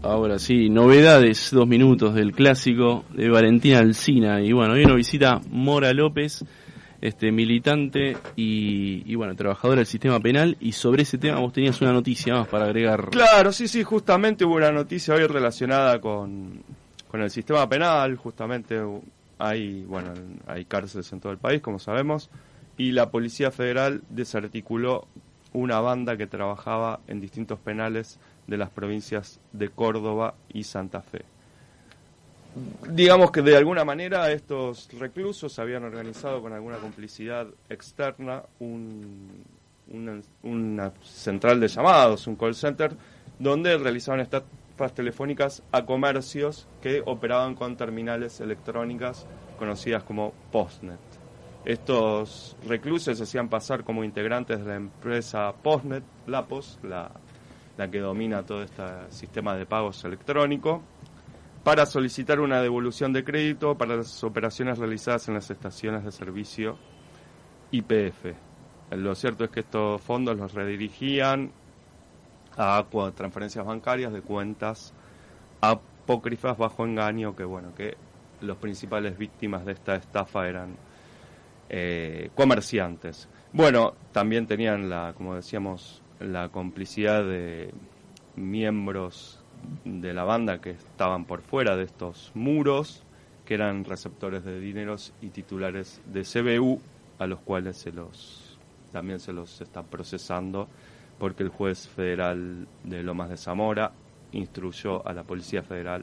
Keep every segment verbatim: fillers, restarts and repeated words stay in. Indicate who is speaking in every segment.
Speaker 1: Ahora sí, novedades, dos minutos del clásico de Valentina Alsina. Y bueno, hoy nos visita Mora López, este militante y, y bueno, trabajadora del sistema penal. Y sobre ese tema vos tenías una noticia más para agregar.
Speaker 2: Claro, sí, sí, justamente hubo una noticia hoy relacionada con, con el sistema penal. Justamente hay, bueno, hay cárceles en todo el país, como sabemos. Y la Policía Federal desarticuló una banda que trabajaba en distintos penales de las provincias de Córdoba y Santa Fe. Digamos que de alguna manera estos reclusos habían organizado con alguna complicidad externa un, una, una central de llamados, un call center, donde realizaban estafas telefónicas a comercios que operaban con terminales electrónicas conocidas como Postnet. Estos reclusos se hacían pasar como integrantes de la empresa Postnet, la POS, la la que domina todo este sistema de pagos electrónico, para solicitar una devolución de crédito para las operaciones realizadas en las estaciones de servicio Y P F. Lo cierto es que estos fondos los redirigían a transferencias bancarias de cuentas apócrifas bajo engaño, que bueno, que los principales víctimas de esta estafa eran eh, comerciantes. Bueno, también tenían la, como decíamos, la complicidad de miembros de la banda que estaban por fuera de estos muros, que eran receptores de dineros y titulares de C B U, a los cuales se los también se los está procesando, porque el juez federal de Lomas de Zamora instruyó a la Policía Federal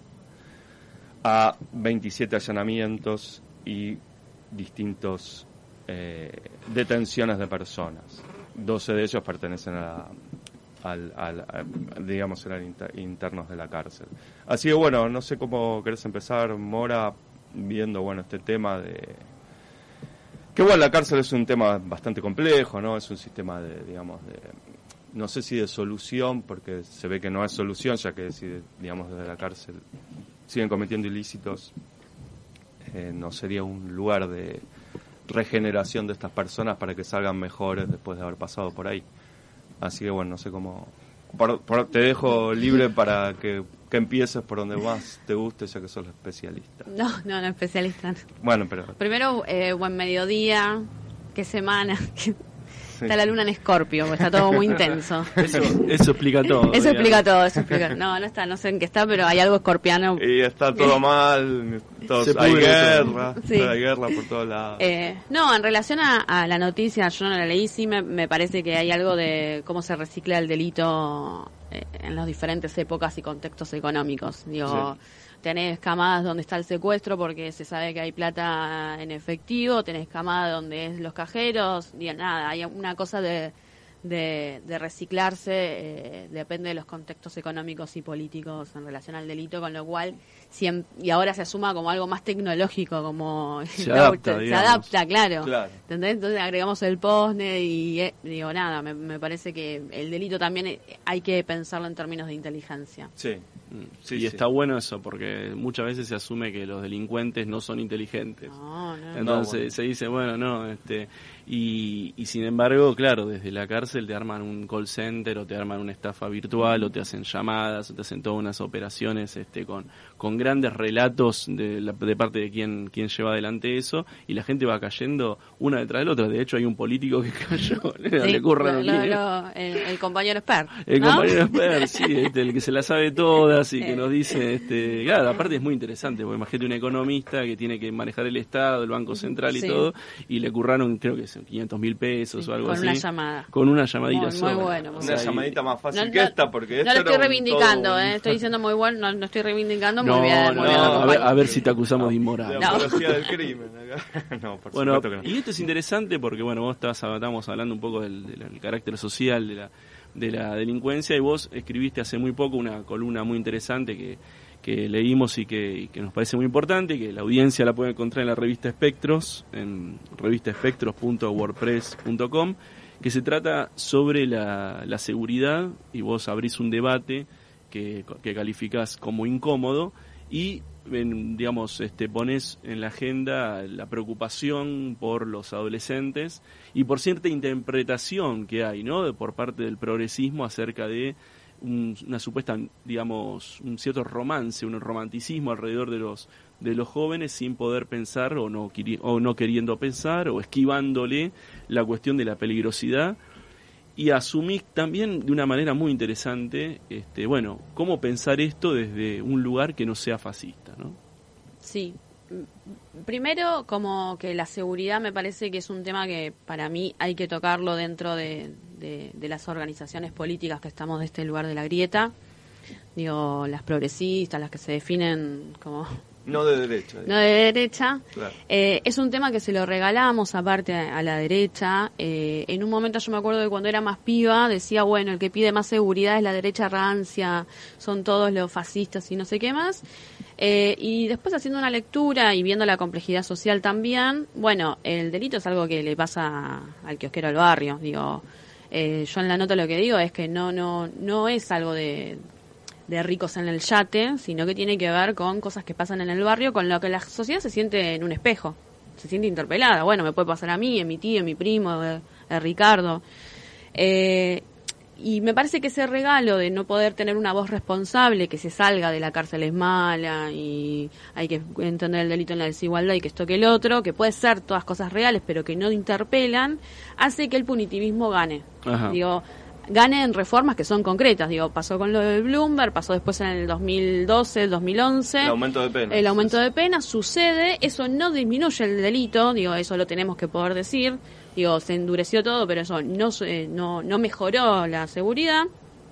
Speaker 2: a veintisiete allanamientos y distintos eh, detenciones de personas. doce de ellos pertenecen a, al, al, a, digamos, eran inter, internos de la cárcel. Así que bueno, no sé cómo querés empezar, Mora, viendo bueno este tema de que bueno, la cárcel es un tema bastante complejo, ¿no? Es un sistema de, digamos, de no sé si de solución, porque se ve que no es solución, ya que si, digamos, desde la cárcel siguen cometiendo ilícitos, eh, no sería un lugar de regeneración de estas personas para que salgan mejores después de haber pasado por ahí. Así que bueno, no sé cómo... Por, por, te dejo libre para que, que empieces por donde más te guste, ya que sos la especialista.
Speaker 3: No, no, no especialista.
Speaker 2: Bueno, pero...
Speaker 3: Primero, eh, buen mediodía, qué semana... Sí. Está la luna en Escorpio, está todo muy intenso.
Speaker 1: Eso, eso explica todo.
Speaker 3: Eso explica todo, eso explica. No, no está, no sé en qué está, pero hay algo escorpiano.
Speaker 2: Y está todo mal, todos, hay guerra, sí. Hay guerra por todos lados.
Speaker 3: Eh, no, en relación a, a la noticia, yo no la leí, sí me, me parece que hay algo de cómo se recicla el delito eh, en las diferentes épocas y contextos económicos. Digo, sí. Tenés camadas donde está el secuestro porque se sabe que hay plata en efectivo, tenés camadas donde es los cajeros, y nada, hay una cosa de, de, de reciclarse, eh, depende de los contextos económicos y políticos en relación al delito, con lo cual, si en, y ahora se asuma como algo más tecnológico, como
Speaker 1: se adapta,
Speaker 3: se adapta, claro.
Speaker 2: claro.
Speaker 3: ¿Entendés? Entonces agregamos el postnet y eh, digo, nada, me, me parece que el delito también hay que pensarlo en términos de inteligencia.
Speaker 2: Sí.
Speaker 1: Sí, y sí. Está bueno eso, porque muchas veces se asume que los delincuentes no son inteligentes.
Speaker 3: No, no,
Speaker 1: Entonces
Speaker 2: no, bueno.
Speaker 1: se dice, bueno, no, este y, y sin embargo, claro, desde la cárcel te arman un call center o te arman una estafa virtual o te hacen llamadas o te hacen todas unas operaciones este con con grandes relatos de, la, de parte de quien quien lleva adelante eso, y la gente va cayendo una detrás de la otra. De hecho, hay un político que cayó,
Speaker 3: sí,
Speaker 1: le curra
Speaker 3: lo, lo, lo, el, el compañero Esper,
Speaker 1: el
Speaker 3: ¿no?
Speaker 1: compañero Esper, sí, este, el que se la sabe todas y que nos dice, este, claro, aparte es muy interesante, porque imagínate un economista que tiene que manejar el Estado, el Banco Central y sí. todo, y le curraron, creo que son quinientos mil pesos sí, o algo
Speaker 3: con
Speaker 1: así.
Speaker 3: Con una llamada.
Speaker 1: Con una llamadita
Speaker 3: muy,
Speaker 1: sola.
Speaker 3: Muy bueno. Muy
Speaker 2: una
Speaker 3: bueno.
Speaker 2: llamadita más fácil
Speaker 3: no,
Speaker 2: que
Speaker 3: no,
Speaker 2: esta, porque
Speaker 3: no
Speaker 2: esto
Speaker 3: lo estoy
Speaker 2: era
Speaker 3: reivindicando,
Speaker 2: un,
Speaker 3: eh, estoy diciendo muy bueno, no, no estoy reivindicando,
Speaker 1: no,
Speaker 3: muy bien.
Speaker 1: No,
Speaker 3: muy bien
Speaker 1: a, ver, a ver si te acusamos no, de inmoral.
Speaker 2: De
Speaker 3: no.
Speaker 2: apología del crimen. Acá. No, por
Speaker 1: bueno,
Speaker 2: supuesto que no.
Speaker 1: Y esto es interesante porque, bueno, vos estás, estábamos hablando un poco del, del, del carácter social de la, de la delincuencia, y vos escribiste hace muy poco una columna muy interesante que que leímos y que, y que nos parece muy importante, que la audiencia la puede encontrar en la revista Espectros, en revista espectros punto wordpress punto com, que se trata sobre la, la seguridad, y vos abrís un debate que, que calificás como incómodo, y en, digamos, este, pones en la agenda la preocupación por los adolescentes y por cierta interpretación que hay, ¿no?, de, por parte del progresismo acerca de un, una supuesta, digamos, un cierto romance, un romanticismo alrededor de los de los jóvenes sin poder pensar o no, o no queriendo pensar o esquivándole la cuestión de la peligrosidad. Y asumís también de una manera muy interesante, este, bueno, cómo pensar esto desde un lugar que no sea fascista, ¿no?
Speaker 3: Sí. Primero, como que la seguridad me parece que es un tema que para mí hay que tocarlo dentro de, de, de las organizaciones políticas que estamos de este lugar de la grieta. Digo, las progresistas, las que se definen como...
Speaker 2: No de derecha.
Speaker 3: No de derecha.
Speaker 2: Claro.
Speaker 3: Eh, es un tema que se lo regalamos aparte a, a la derecha. Eh, en un momento yo me acuerdo que cuando era más piba decía, bueno, el que pide más seguridad es la derecha rancia, son todos los fascistas y no sé qué más. Eh, y después haciendo una lectura y viendo la complejidad social también, bueno, el delito es algo que le pasa al kiosquero del barrio. Digo, eh, yo en la nota lo que digo es que no, no, no es algo de... de ricos en el yate, sino que tiene que ver con cosas que pasan en el barrio, con lo que la sociedad se siente en un espejo, se siente interpelada. Bueno, me puede pasar a mí, a mi tío, a mi primo, a, a Ricardo. Eh, y me parece que ese regalo de no poder tener una voz responsable, que se salga de la cárcel es mala, y hay que entender el delito en la desigualdad y que esto que el otro, que puede ser todas cosas reales, pero que no interpelan, hace que el punitivismo gane.
Speaker 1: Ajá.
Speaker 3: Digo, gane en reformas que son concretas. Digo, pasó con lo de Bloomberg, pasó después en el dos mil doce, dos mil once.
Speaker 2: El aumento de penas.
Speaker 3: El aumento de penas sucede, eso no disminuye el delito, digo, eso lo tenemos que poder decir. Digo, se endureció todo, pero eso no eh, no, no mejoró la seguridad.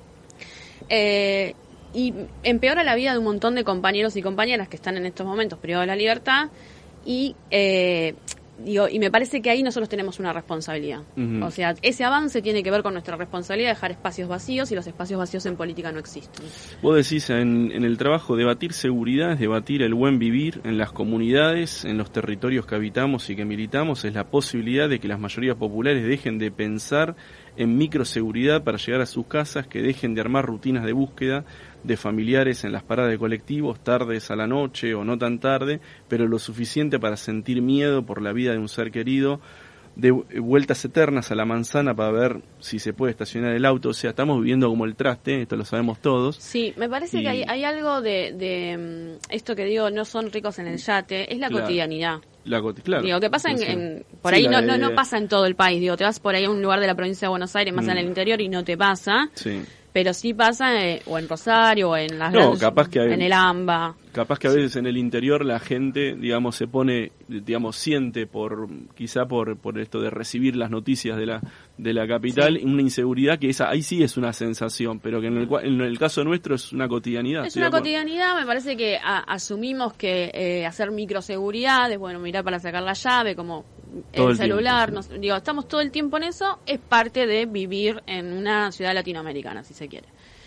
Speaker 3: Eh, y empeora la vida de un montón de compañeros y compañeras que están en estos momentos privados de la libertad. Y... Eh, Digo, y me parece que ahí nosotros tenemos una responsabilidad. Uh-huh. O sea, ese avance tiene que ver con nuestra responsabilidad de dejar espacios vacíos, y los espacios vacíos en política no existen.
Speaker 1: Vos decís en, en el trabajo, debatir seguridad es debatir el buen vivir en las comunidades, en los territorios que habitamos y que militamos, es la posibilidad de que las mayorías populares dejen de pensar en microseguridad para llegar a sus casas, que dejen de armar rutinas de búsqueda de familiares en las paradas de colectivos, tardes a la noche o no tan tarde, pero lo suficiente para sentir miedo por la vida de un ser querido, de vueltas eternas a la manzana para ver si se puede estacionar el auto. O sea, estamos viviendo como el traste, esto lo sabemos todos.
Speaker 3: Sí, me parece y... que hay, hay algo de, de esto que digo, no son ricos en el yate, es la
Speaker 1: claro.
Speaker 3: cotidianidad.
Speaker 1: La coti- claro.
Speaker 3: Digo, que pasa en,
Speaker 1: sí.
Speaker 3: en por
Speaker 1: sí,
Speaker 3: ahí no,
Speaker 1: de...
Speaker 3: no no pasa en todo el país. Digo, te vas por ahí a un lugar de la provincia de Buenos Aires, más mm. en el interior, y no te pasa.
Speaker 1: Sí.
Speaker 3: Pero sí pasa eh, o en Rosario o en las
Speaker 1: no,
Speaker 3: grandes,
Speaker 1: capaz que hay,
Speaker 3: en el AMBA.
Speaker 1: Capaz que a veces en el interior la gente, digamos, se pone, digamos, siente por quizá por por esto de recibir las noticias de la de la capital, sí. una inseguridad que esa ahí sí es una sensación, pero que en el en el caso nuestro es una cotidianidad.
Speaker 3: Es una cotidianidad, me parece que a, asumimos que eh, hacer microseguridades, bueno, mirar para sacar la llave, como
Speaker 1: todo
Speaker 3: el,
Speaker 1: el
Speaker 3: celular,
Speaker 1: tiempo, sí.
Speaker 3: nos, digo, estamos todo el tiempo en eso, es parte de vivir en una ciudad latinoamericana, si se quiere.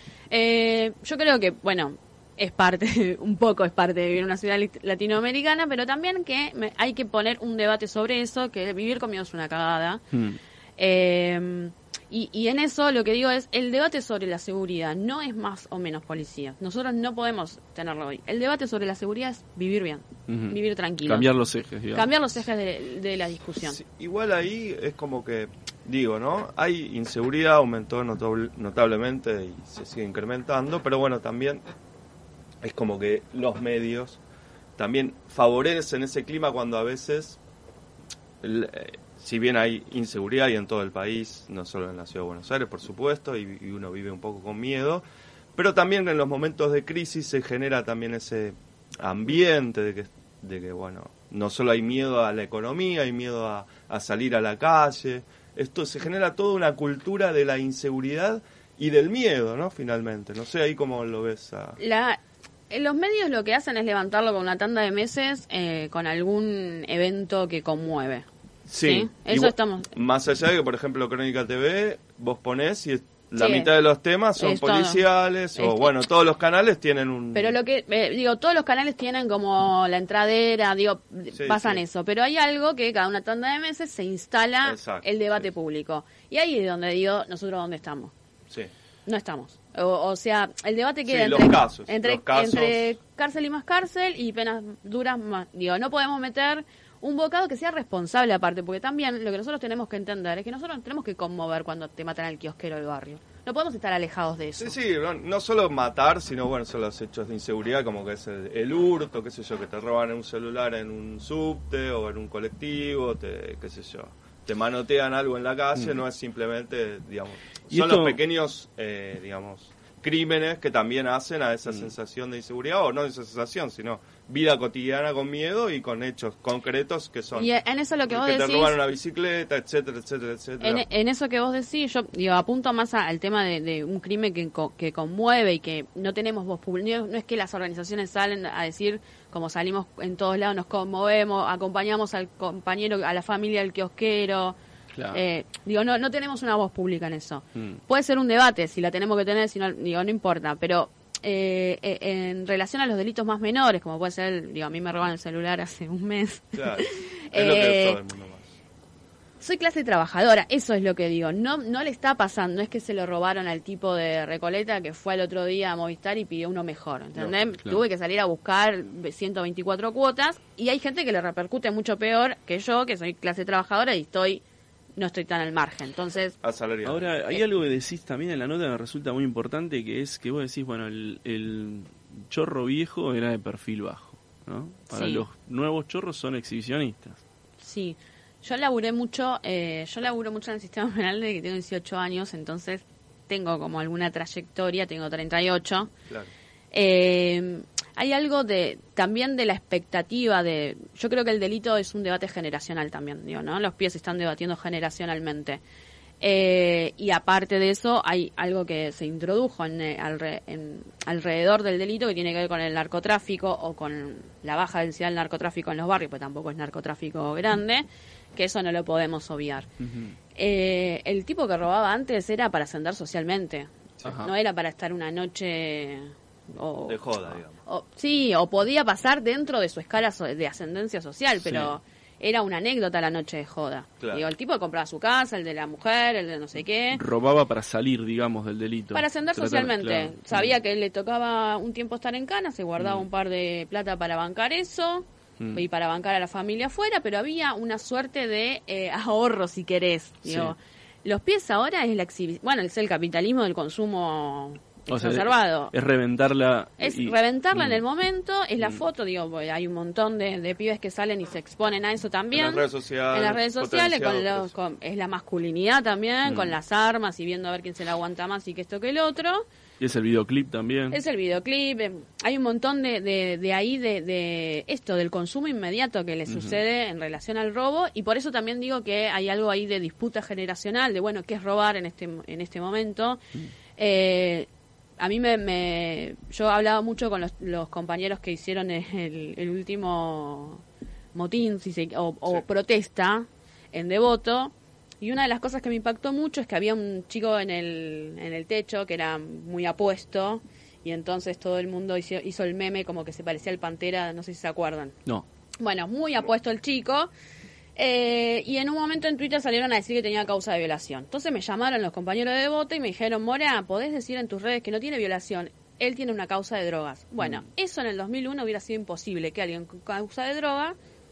Speaker 3: Eh, yo creo que, bueno, es parte, un poco es parte de vivir en una ciudad latinoamericana, pero también que me, hay que poner un debate sobre eso, que vivir con miedo es una cagada. Hmm. Eh, y, y en eso lo que digo es, el debate sobre la seguridad no es más o menos policía. Nosotros no podemos tenerlo hoy. El debate sobre la seguridad es vivir bien, uh-huh. vivir tranquilo.
Speaker 1: Cambiar los ejes, digamos.
Speaker 3: Cambiar los ejes de, de la discusión.
Speaker 2: Sí, igual ahí es como que, digo, ¿no? Hay inseguridad, aumentó notable, notablemente y se sigue incrementando, pero bueno, también es como que los medios también favorecen ese clima cuando a veces... El, eh, si bien hay inseguridad y en todo el país, no solo en la ciudad de Buenos Aires, por supuesto, y, y uno vive un poco con miedo, pero también en los momentos de crisis se genera también ese ambiente de que, de que bueno, no solo hay miedo a la economía, hay miedo a, a salir a la calle. Esto se genera toda una cultura de la inseguridad y del miedo, ¿no? Finalmente, no sé ahí cómo lo ves. A...
Speaker 3: La... Los medios lo que hacen es levantarlo con una tanda de meses eh, con algún evento que conmueve.
Speaker 2: Sí,
Speaker 3: ¿sí? Eso
Speaker 2: igual,
Speaker 3: estamos.
Speaker 2: Más allá de que, por ejemplo, Crónica T V, vos ponés y la
Speaker 3: sí,
Speaker 2: mitad de los temas son policiales,
Speaker 3: todo.
Speaker 2: o
Speaker 3: es
Speaker 2: bueno, todos los canales tienen un...
Speaker 3: Pero lo que, eh, digo, todos los canales tienen como la entradera, digo, sí, pasan sí. eso, pero hay algo que cada una tanda de meses se instala Exacto, el debate sí. público. Y ahí es donde digo, nosotros dónde estamos.
Speaker 2: Sí.
Speaker 3: No estamos. O, o sea, el debate queda
Speaker 2: sí,
Speaker 3: entre,
Speaker 2: los casos,
Speaker 3: entre,
Speaker 2: los casos.
Speaker 3: entre cárcel y más cárcel y penas duras más. Digo, no podemos meter un bocado que sea responsable aparte, porque también lo que nosotros tenemos que entender es que nosotros tenemos que conmover cuando te matan al kiosquero del barrio. No podemos estar alejados de eso.
Speaker 2: Sí, sí, no, no solo matar, sino bueno, son los hechos de inseguridad, como que es el, el hurto, qué sé yo, que te roban un celular en un subte o en un colectivo, te, qué sé yo, te manotean algo en la calle, mm. no es simplemente, digamos, son esto... los pequeños, eh, digamos, crímenes que también hacen a esa mm. sensación de inseguridad, o no esa sensación, sino vida cotidiana con miedo y con hechos concretos que son...
Speaker 3: Y en eso lo que vos
Speaker 2: que
Speaker 3: decís...
Speaker 2: te roban una bicicleta, etcétera, etcétera, etcétera.
Speaker 3: En, en eso que vos decís, yo digo, apunto más a, al tema de, de un crimen que, que conmueve y que no tenemos voz pública. No es que las organizaciones salen a decir, como salimos en todos lados, nos conmovemos, acompañamos al compañero, a la familia del kiosquero... Claro. Eh, digo, no no tenemos una voz pública en eso. Mm. Puede ser un debate, si la tenemos que tener, si no, digo, no importa, pero eh, eh, en relación a los delitos más menores, como puede ser, digo, a mí me roban el celular hace un mes.
Speaker 2: Claro, es eh, lo que todo el mundo más.
Speaker 3: Soy clase trabajadora, eso es lo que digo. No no le está pasando, no es que se lo robaron al tipo de Recoleta que fue al otro día a Movistar y pidió uno mejor, ¿entendés? No, claro. Tuve que salir a buscar ciento veinticuatro cuotas y hay gente que le repercute mucho peor que yo, que soy clase trabajadora y estoy... no estoy tan al margen, entonces...
Speaker 1: Ahora, hay algo que decís también en la nota que me resulta muy importante, que es que vos decís, bueno, el, el chorro viejo era de perfil bajo, ¿no? Para sí. Los nuevos chorros son exhibicionistas.
Speaker 3: Sí, yo laburé mucho, eh, yo laburo mucho en el sistema penal desde que tengo dieciocho años, entonces tengo como alguna trayectoria, tengo treinta y ocho. Claro. Eh, hay algo de también de la expectativa de... Yo creo que el delito es un debate generacional también, digo, ¿no? Los pibes se están debatiendo generacionalmente. Eh, y aparte de eso, hay algo que se introdujo en, alre, en alrededor del delito que tiene que ver con el narcotráfico o con la baja densidad del narcotráfico en los barrios, pues tampoco es narcotráfico grande, que eso no lo podemos obviar. Uh-huh. Eh, el tipo que robaba antes era para ascender socialmente, Ajá. no era para estar una noche... O,
Speaker 2: de joda, digamos.
Speaker 3: O, sí, o podía pasar dentro de su escala so, de ascendencia social, pero sí. Era una anécdota la noche de joda. Claro. Digo, el tipo compraba su casa, el de la mujer, el de no sé qué.
Speaker 1: Robaba para salir, digamos, del delito.
Speaker 3: Para ascender Tratar, socialmente. Claro. Sabía mm. que le tocaba un tiempo estar en cana, se guardaba mm. un par de plata para bancar eso mm. y para bancar a la familia afuera, pero había una suerte de eh, ahorro, si querés. Digo, sí. Los pies ahora es la exhibición, bueno, es el capitalismo del consumo...
Speaker 1: O sea, es reventarla.
Speaker 3: Es y, reventarla mm, en el momento, es la mm. foto, digo, hay un montón de, de pibes que salen y se exponen a eso también.
Speaker 2: En las redes sociales.
Speaker 3: En las redes sociales, con los, con, es la masculinidad también, mm. con las armas y viendo a ver quién se la aguanta más y que esto que el otro.
Speaker 1: Y es el videoclip también.
Speaker 3: Es el videoclip, hay un montón de, de, de ahí, de, de esto, del consumo inmediato que le uh-huh. sucede en relación al robo, y por eso también digo que hay algo ahí de disputa generacional, de bueno, ¿qué es robar en este, en este momento? Mm. Eh, A mí me, me... Yo hablaba mucho con los, los compañeros que hicieron el, el último motín si se, o, o sí. protesta en Devoto, y una de las cosas que me impactó mucho es que había un chico en el, en el techo que era muy apuesto, y entonces todo el mundo hizo, hizo el meme como que se parecía al Pantera, no sé si se acuerdan.
Speaker 1: No.
Speaker 3: Bueno, muy apuesto el chico. Eh, y en un momento en Twitter salieron a decir que tenía causa de violación. Entonces me llamaron los compañeros de Devoto y me dijeron, Mora, ¿podés decir en tus redes que no tiene violación? Él tiene una causa de drogas. Bueno, mm. eso en el dos mil uno hubiera sido imposible, que alguien con causa de droga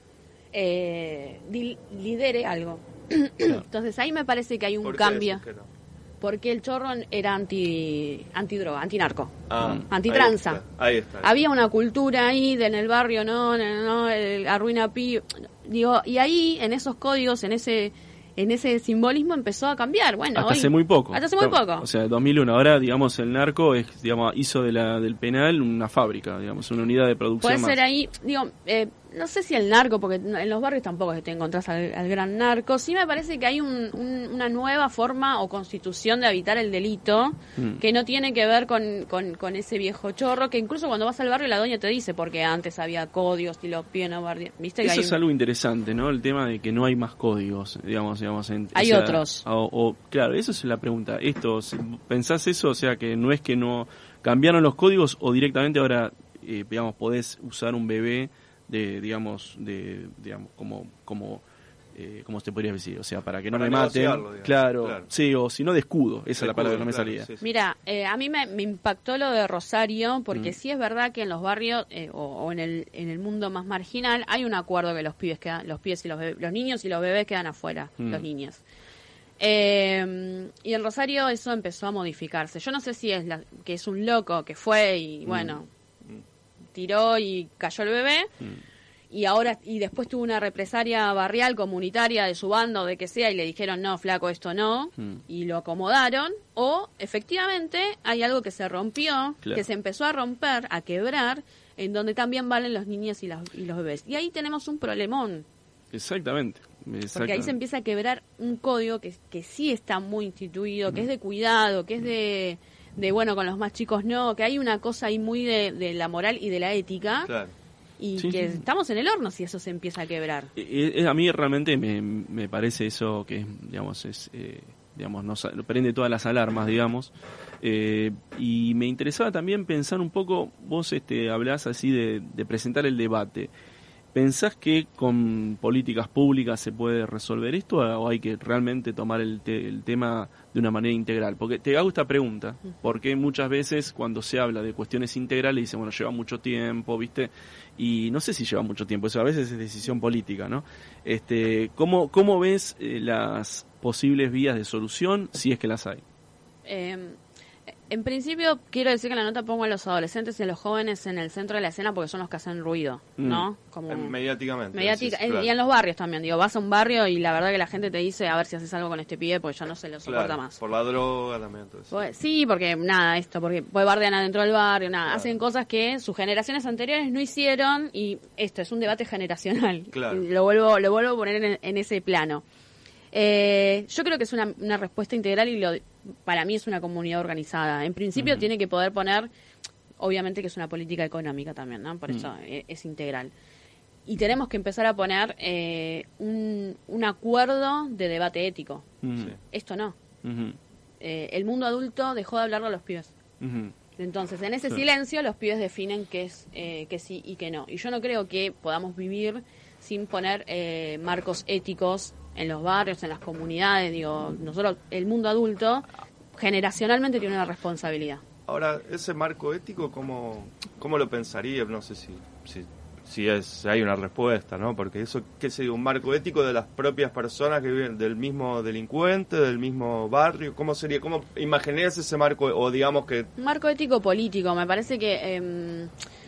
Speaker 3: eh, di- lidere algo. Entonces ahí me parece que hay un cambio. No? Porque el chorro era anti antidroga, antinarco,
Speaker 2: ah,
Speaker 3: antitranza.
Speaker 2: Ahí está, ahí está.
Speaker 3: Había una cultura ahí de en el barrio, no, no, no el arruina pi, digo, y ahí en esos códigos, en ese en ese simbolismo empezó a cambiar. Bueno,
Speaker 1: hasta
Speaker 3: hoy,
Speaker 1: hace muy poco.
Speaker 3: Hasta hace muy poco.
Speaker 1: O sea, dos mil uno. Ahora, digamos, el narco es, digamos, hizo de la del penal una fábrica, digamos, una unidad de producción.
Speaker 3: Puede
Speaker 1: más.
Speaker 3: ser ahí, digo, eh, no sé si el narco, porque en los barrios tampoco es que te encontrás al, al gran narco. Sí me parece que hay un, un, una nueva forma o constitución de habitar el delito mm. que no tiene que ver con, con, con ese viejo chorro, que incluso cuando vas al barrio la doña te dice, porque antes había códigos y los pibes no barrio. ¿Viste? Que
Speaker 1: Eso
Speaker 3: hay
Speaker 1: es
Speaker 3: un...
Speaker 1: algo interesante, ¿no? El tema de que no hay más códigos, digamos, digamos. En,
Speaker 3: hay
Speaker 1: o sea,
Speaker 3: otros.
Speaker 1: O, o, claro, eso es la pregunta. Esto, ¿pensás eso? O sea, que no es que no cambiaron los códigos o directamente ahora, eh, digamos, podés usar un bebé de digamos de digamos como como eh, ¿cómo te podrías decir? O sea, para que no
Speaker 2: Para
Speaker 1: me maten. Claro,
Speaker 2: claro,
Speaker 1: sí, o si no de escudo, esa es la palabra que no me
Speaker 2: claro,
Speaker 1: salía.
Speaker 2: sí, sí.
Speaker 3: Mira, eh, a mí me, me impactó lo de Rosario, porque
Speaker 1: Mm.
Speaker 3: sí es verdad que en los barrios eh, o, o en el en el mundo más marginal hay un acuerdo que los pibes quedan, los pibes y los bebés, los niños y los bebés quedan afuera,
Speaker 1: Mm.
Speaker 3: los niños. Eh, y en Rosario eso empezó a modificarse. Yo no sé si es la, que es un loco que fue y bueno, tiró y cayó el bebé.
Speaker 1: Mm.
Speaker 3: Y ahora y después tuvo una represalia barrial, comunitaria de su bando, de que sea, y le dijeron, no, flaco, esto no,
Speaker 1: Mm.
Speaker 3: y lo acomodaron, o efectivamente hay algo que se rompió,
Speaker 1: Claro.
Speaker 3: que se empezó a romper, a quebrar, en donde también valen los niños y, las- y los bebés. Y ahí tenemos un problemón,
Speaker 1: Exactamente.
Speaker 3: porque ahí
Speaker 1: exactamente.
Speaker 3: se empieza a quebrar un código que, que sí está muy instituido, que es de cuidado, que es de, de, bueno, con los más chicos no, que hay una cosa ahí muy de, de la moral y de la ética,
Speaker 2: Claro.
Speaker 3: y
Speaker 1: Sí,
Speaker 3: que
Speaker 1: sí.
Speaker 3: estamos en el horno si eso se empieza a quebrar.
Speaker 1: Eh, eh, a mí realmente me, me parece eso que, digamos, es, eh, digamos, nos prende todas las alarmas, digamos. Eh, y me interesaba también pensar un poco, vos este, hablás así de, de presentar el debate. ¿Pensás que con políticas públicas se puede resolver esto o hay que realmente tomar el, te- el tema de una manera integral? Porque te hago esta pregunta, porque muchas veces cuando se habla de cuestiones integrales dicen, bueno, lleva mucho tiempo, ¿viste? Y no sé si lleva mucho tiempo, eso a veces es decisión política, ¿no? Este, ¿cómo, cómo ves eh, las posibles vías de solución, si es que las hay?
Speaker 3: Eh, en principio, quiero decir que en la nota pongo a los adolescentes y a los jóvenes en el centro de la escena porque son los que hacen ruido, ¿no? Como
Speaker 2: Eh, Mediáticamente.
Speaker 3: mediática-
Speaker 2: decís, claro.
Speaker 3: Y en los barrios también, digo, vas a un barrio y la verdad que la gente te dice a ver si haces algo con este pibe porque ya no se lo soporta
Speaker 2: Claro,
Speaker 3: más.
Speaker 2: Por la droga también. Todo eso.
Speaker 3: Pues, sí, porque nada, esto, porque pues bardean adentro del barrio, nada,
Speaker 2: Claro.
Speaker 3: hacen cosas que sus generaciones anteriores no hicieron y esto es un debate generacional.
Speaker 2: Claro.
Speaker 3: Y lo vuelvo, lo vuelvo a poner en, en ese plano. Eh, yo creo que es una, una respuesta integral y lo, para mí es una comunidad organizada. En principio
Speaker 1: Ujú.
Speaker 3: tiene que poder poner, obviamente que es una política económica también, ¿no? Por
Speaker 1: Mm.
Speaker 3: eso es, es integral. Y tenemos que empezar a poner eh, un, un acuerdo de debate ético.
Speaker 1: Ujú,
Speaker 2: Sí.
Speaker 3: Esto no.
Speaker 1: ujú,
Speaker 3: Eh, el mundo adulto dejó de hablarle a los pibes.
Speaker 1: ujú.
Speaker 3: Entonces, en ese
Speaker 1: Sí.
Speaker 3: silencio, los pibes definen qué es eh, que sí y que no. Y yo no creo que podamos vivir sin poner eh, marcos éticos en los barrios, en las comunidades. Digo, nosotros, el mundo adulto, generacionalmente tiene una responsabilidad.
Speaker 2: Ahora, ese marco ético, ¿cómo, cómo lo pensaría? No sé si, si, si es si hay una respuesta, ¿no? Porque eso, ¿qué sería? Un marco ético de las propias personas que viven del mismo delincuente, del mismo barrio. ¿Cómo sería? ¿Cómo imaginarías ese marco? O digamos que...
Speaker 3: Un marco ético político, me parece que eh,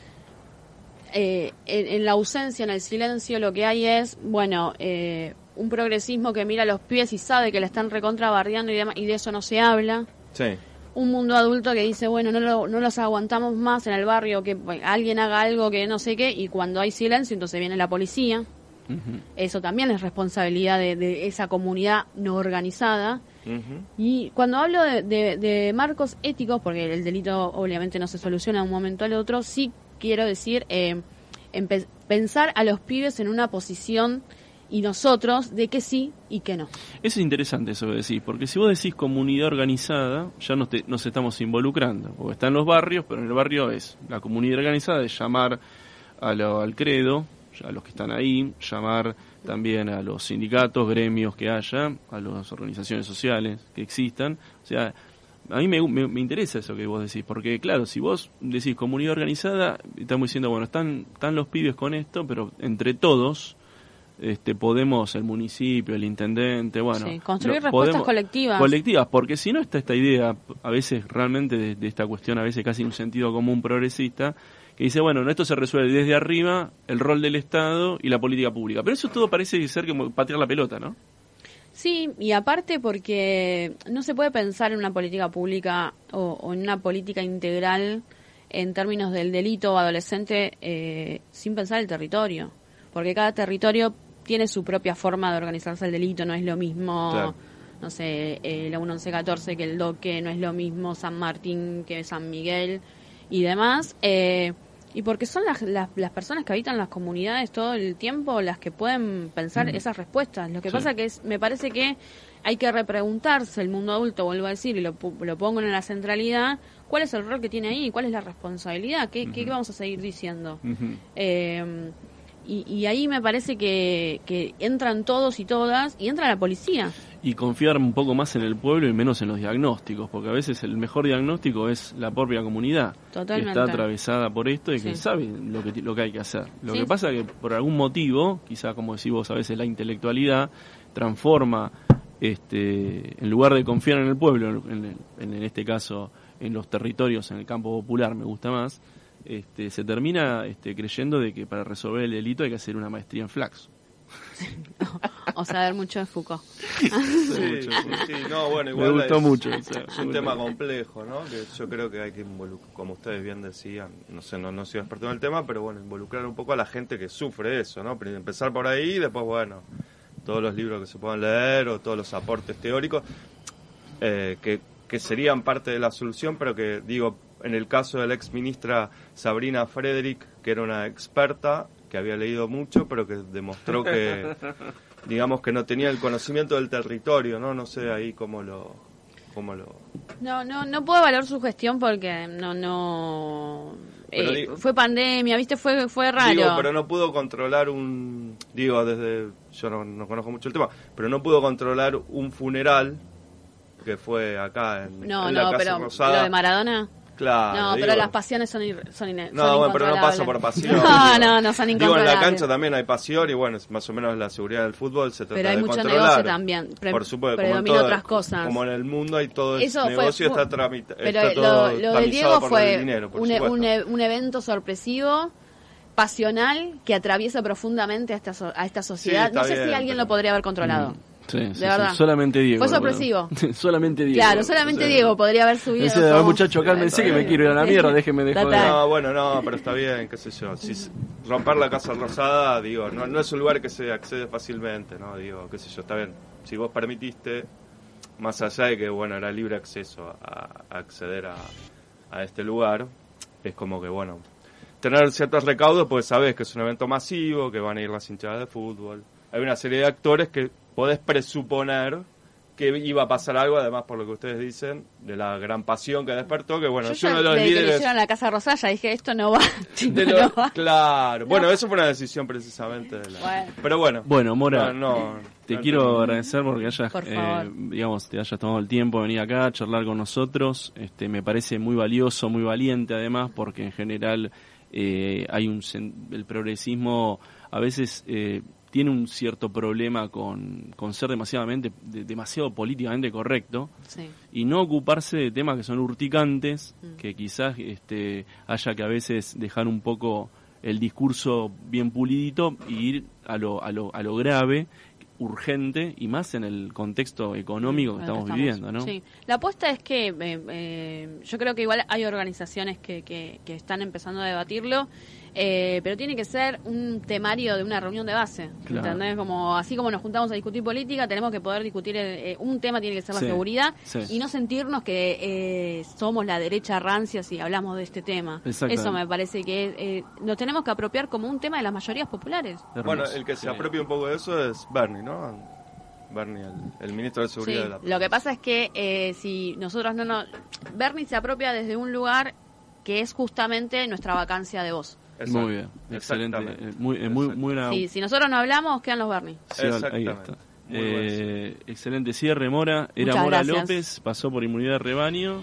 Speaker 3: eh, en, en la ausencia, en el silencio, lo que hay es, bueno, eh, un progresismo que mira a los pies y sabe que le están recontrabardeando y, demás, y de eso no se habla.
Speaker 2: Sí.
Speaker 3: Un mundo adulto que dice, bueno, no, lo, no los aguantamos más en el barrio, que bueno, alguien haga algo que no sé qué, y cuando hay silencio, entonces viene la policía.
Speaker 1: Ujú.
Speaker 3: Eso también es responsabilidad de, de esa comunidad no organizada.
Speaker 2: Ujú.
Speaker 3: Y cuando hablo de, de- de marcos éticos, porque el delito obviamente no se soluciona de un momento al otro, sí quiero decir, eh, empe- pensar a los pibes en una posición y nosotros de que sí y que no.
Speaker 1: Es interesante eso que decís, porque si vos decís comunidad organizada, ya nos, te- nos estamos involucrando, porque está en los barrios, pero en el barrio es la comunidad organizada, es llamar a lo- al credo, a los que están ahí, llamar también a los sindicatos, gremios que haya, a las organizaciones sociales que existan. O sea, a mí me, me, me interesa eso que vos decís, porque claro, si vos decís comunidad organizada, estamos diciendo, bueno, están, están los pibes con esto, pero entre todos... Este, podemos, el municipio, el intendente, bueno,
Speaker 3: Sí, construir
Speaker 1: lo-
Speaker 3: respuestas
Speaker 1: podemos-
Speaker 3: colectivas.
Speaker 1: colectivas, porque si no está esta idea, a veces realmente de, de esta cuestión, a veces casi un sentido común progresista, que dice, bueno, no, esto se resuelve desde arriba, el rol del Estado y la política pública, pero eso todo parece ser como patear la pelota, ¿no?
Speaker 3: Sí, y aparte porque no se puede pensar en una política pública o, o en una política integral en términos del delito adolescente eh, sin pensar el territorio, porque cada territorio tiene su propia forma de organizarse el delito, no es lo mismo,
Speaker 2: Claro.
Speaker 3: no sé, eh, la once catorce que el Doque, no es lo mismo San Martín que San Miguel y demás, eh, y porque son las, las, las personas que habitan las comunidades todo el tiempo las que pueden pensar
Speaker 1: Mm.
Speaker 3: esas respuestas. Lo que
Speaker 1: Sí.
Speaker 3: pasa que es, me parece que hay que repreguntarse el mundo adulto, vuelvo a decir, y lo, pu- lo pongo en la centralidad, cuál es el rol que tiene ahí, cuál es la responsabilidad, qué, qué
Speaker 1: Ujú.
Speaker 3: vamos a seguir diciendo.
Speaker 1: Ujú.
Speaker 3: Eh, y, y ahí me parece que, que entran todos y todas, y entra la policía.
Speaker 1: Y confiar un poco más en el pueblo y menos en los diagnósticos, porque a veces el mejor diagnóstico es la propia comunidad,
Speaker 3: Totalmente.
Speaker 1: que está atravesada por esto y
Speaker 3: Sí.
Speaker 1: que sabe lo que lo que hay que hacer. Lo
Speaker 3: Sí.
Speaker 1: que pasa es que por algún motivo, quizá como decís vos, a veces la intelectualidad transforma, este, en lugar de confiar en el pueblo, en, en, en este caso en los territorios, en el campo popular, me gusta más, este, se termina este, creyendo de que para resolver el delito hay que hacer una maestría en flaxo.
Speaker 3: O saber mucho de Foucault.
Speaker 2: Sí, sí, sí, no, bueno, igual
Speaker 1: Me gustó
Speaker 2: es,
Speaker 1: mucho. O sea,
Speaker 2: es un tema complejo, ¿no? Que yo creo que hay que involucrar, como ustedes bien decían, no sé, no, no soy experto en el tema, pero bueno, involucrar un poco a la gente que sufre eso, ¿no? Pero empezar por ahí y después, bueno, todos los libros que se puedan leer o todos los aportes teóricos eh, que, que serían parte de la solución, pero que, digo, en el caso de la ex ministra Sabrina Frederick, que era una experta, que había leído mucho, pero que demostró que, digamos, que no tenía el conocimiento del territorio, ¿no? No sé ahí cómo lo... Cómo lo...
Speaker 3: No, no, no puedo valorar su gestión porque no, no...
Speaker 2: Pero
Speaker 3: eh,
Speaker 2: digo-
Speaker 3: fue pandemia, ¿viste? Fue, fue raro.
Speaker 2: Digo, pero no pudo controlar un... Digo, desde... Yo no, no conozco mucho el tema, pero no pudo controlar un funeral que fue acá en,
Speaker 3: no,
Speaker 2: en
Speaker 3: no,
Speaker 2: la Casa
Speaker 3: pero
Speaker 2: Rosada.
Speaker 3: lo de Maradona...
Speaker 2: Claro,
Speaker 3: No,
Speaker 2: digo,
Speaker 3: pero las pasiones son, ir, son, ine,
Speaker 2: No,
Speaker 3: son
Speaker 2: bueno, pero no pasa por
Speaker 3: incontrolables.
Speaker 2: pasión.
Speaker 3: No,
Speaker 2: digo.
Speaker 3: no, no son
Speaker 2: Digo, en
Speaker 3: incontrolables.
Speaker 2: la cancha también hay pasión y bueno, es más o menos la seguridad del fútbol se trata
Speaker 3: Pero hay
Speaker 2: de
Speaker 3: mucho
Speaker 2: controlar.
Speaker 3: negocio también. Pre-
Speaker 2: por supuesto, como en,
Speaker 3: predomina
Speaker 2: todo,
Speaker 3: otras cosas.
Speaker 2: como en el mundo hay todo
Speaker 3: Eso
Speaker 2: el
Speaker 3: fue-
Speaker 2: negocio
Speaker 3: fue-
Speaker 2: está, tramita,
Speaker 3: Pero
Speaker 2: está todo
Speaker 3: lo, lo de
Speaker 2: tamizado
Speaker 3: Diego
Speaker 2: por
Speaker 3: fue
Speaker 2: el dinero, por
Speaker 3: un,
Speaker 2: supuesto.
Speaker 3: un, un evento sorpresivo, pasional, que atraviesa profundamente a esta, so- a esta sociedad.
Speaker 2: está
Speaker 3: No sé
Speaker 2: bien,
Speaker 3: si alguien
Speaker 2: pero-
Speaker 3: lo podría haber controlado.
Speaker 1: Sí, sí,
Speaker 3: De
Speaker 1: sí,
Speaker 3: verdad.
Speaker 1: solamente Diego.
Speaker 3: Fue
Speaker 1: ¿no?
Speaker 3: sorpresivo.
Speaker 1: solamente Diego.
Speaker 3: Claro, solamente
Speaker 1: O sea,
Speaker 3: Diego podría haber subido.
Speaker 1: Ese de, muchacho, cálmense que me quiero ir a la mierda, déjeme de
Speaker 3: Total.
Speaker 1: joder.
Speaker 2: No, bueno, no, pero está bien, qué sé yo. Si s- romper la Casa Rosada, digo, no, no es un lugar que se accede fácilmente, ¿no? Digo, qué sé yo, está bien. Si vos permitiste, más allá de que, bueno, era libre acceso a, a acceder a, a este lugar, es como que, bueno, tener ciertos recaudos, pues sabés que es un evento masivo, que van a ir las hinchadas de fútbol. Hay una serie de actores que podés presuponer que iba a pasar algo, además por lo que ustedes dicen, de la gran pasión que despertó, que bueno,
Speaker 3: Yo
Speaker 2: yo
Speaker 3: ya,
Speaker 2: uno de los
Speaker 3: desde que le
Speaker 2: líderes...
Speaker 3: hicieron la Casa Rosada, ya dije, esto no va. chico,
Speaker 2: de lo-
Speaker 3: no va.
Speaker 2: claro, bueno, eso fue una decisión precisamente de la...
Speaker 3: Bueno.
Speaker 2: Pero bueno,
Speaker 1: Bueno, Mora,
Speaker 2: no, no,
Speaker 1: te
Speaker 2: no
Speaker 1: quiero
Speaker 2: tengo-
Speaker 1: agradecer porque hayas,
Speaker 3: Por
Speaker 1: eh,
Speaker 3: favor.
Speaker 1: digamos, te hayas tomado el tiempo de venir acá a charlar con nosotros. Este, me parece muy valioso, muy valiente además, porque en general eh, hay un sen- el progresismo a veces eh, tiene un cierto problema con, con ser demasiadamente, de- demasiado políticamente correcto
Speaker 3: Sí.
Speaker 1: y no ocuparse de temas que son urticantes,
Speaker 3: Mm.
Speaker 1: que quizás este, haya que a veces dejar un poco el discurso bien pulidito y ir a lo, a lo, a lo grave, urgente y más en el contexto económico que
Speaker 3: Bueno,
Speaker 1: estamos, viviendo, ¿no?
Speaker 3: Sí. La apuesta es que eh, eh, yo creo que igual hay organizaciones que, que, que están empezando a debatirlo, eh, pero tiene que ser un temario de una reunión de base,
Speaker 1: Claro.
Speaker 3: ¿entendés? Como, así como nos juntamos a discutir política, tenemos que poder discutir, eh, eh, un tema tiene que ser la
Speaker 1: Sí,
Speaker 3: seguridad
Speaker 1: sí.
Speaker 3: y no sentirnos que eh, somos la derecha rancia si hablamos de este tema.
Speaker 1: Exactamente.
Speaker 3: Eso me parece que eh, nos tenemos que apropiar como un tema de las mayorías populares.
Speaker 1: Hermoso.
Speaker 2: Bueno, el que se
Speaker 1: Sí.
Speaker 2: apropia un poco de eso es Bernie, ¿no? Bernie, el, el ministro de Seguridad
Speaker 3: Sí,
Speaker 2: de la...
Speaker 3: lo que pasa es que eh, si nosotros no nos... Bernie se apropia desde un lugar que es justamente nuestra vacancia de voz.
Speaker 2: Exacto.
Speaker 1: Muy bien, excelente.
Speaker 2: Exactamente.
Speaker 1: eh, Muy, eh, muy,
Speaker 2: Exacto.
Speaker 1: muy buena-
Speaker 3: Sí, si nosotros no hablamos, quedan los Bernie.
Speaker 1: Sí, ahí
Speaker 2: Exactamente.
Speaker 1: está.
Speaker 2: Muy buen
Speaker 1: Eh, excelente cierre, Mora. Era
Speaker 3: Muchas
Speaker 1: Mora
Speaker 3: gracias.
Speaker 1: López, pasó por inmunidad de rebaño,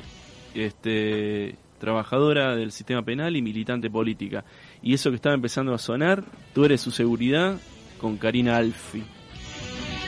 Speaker 1: este, trabajadora del sistema penal y militante política. Y eso que estaba empezando a sonar, tú eres su seguridad con Karina Alfi.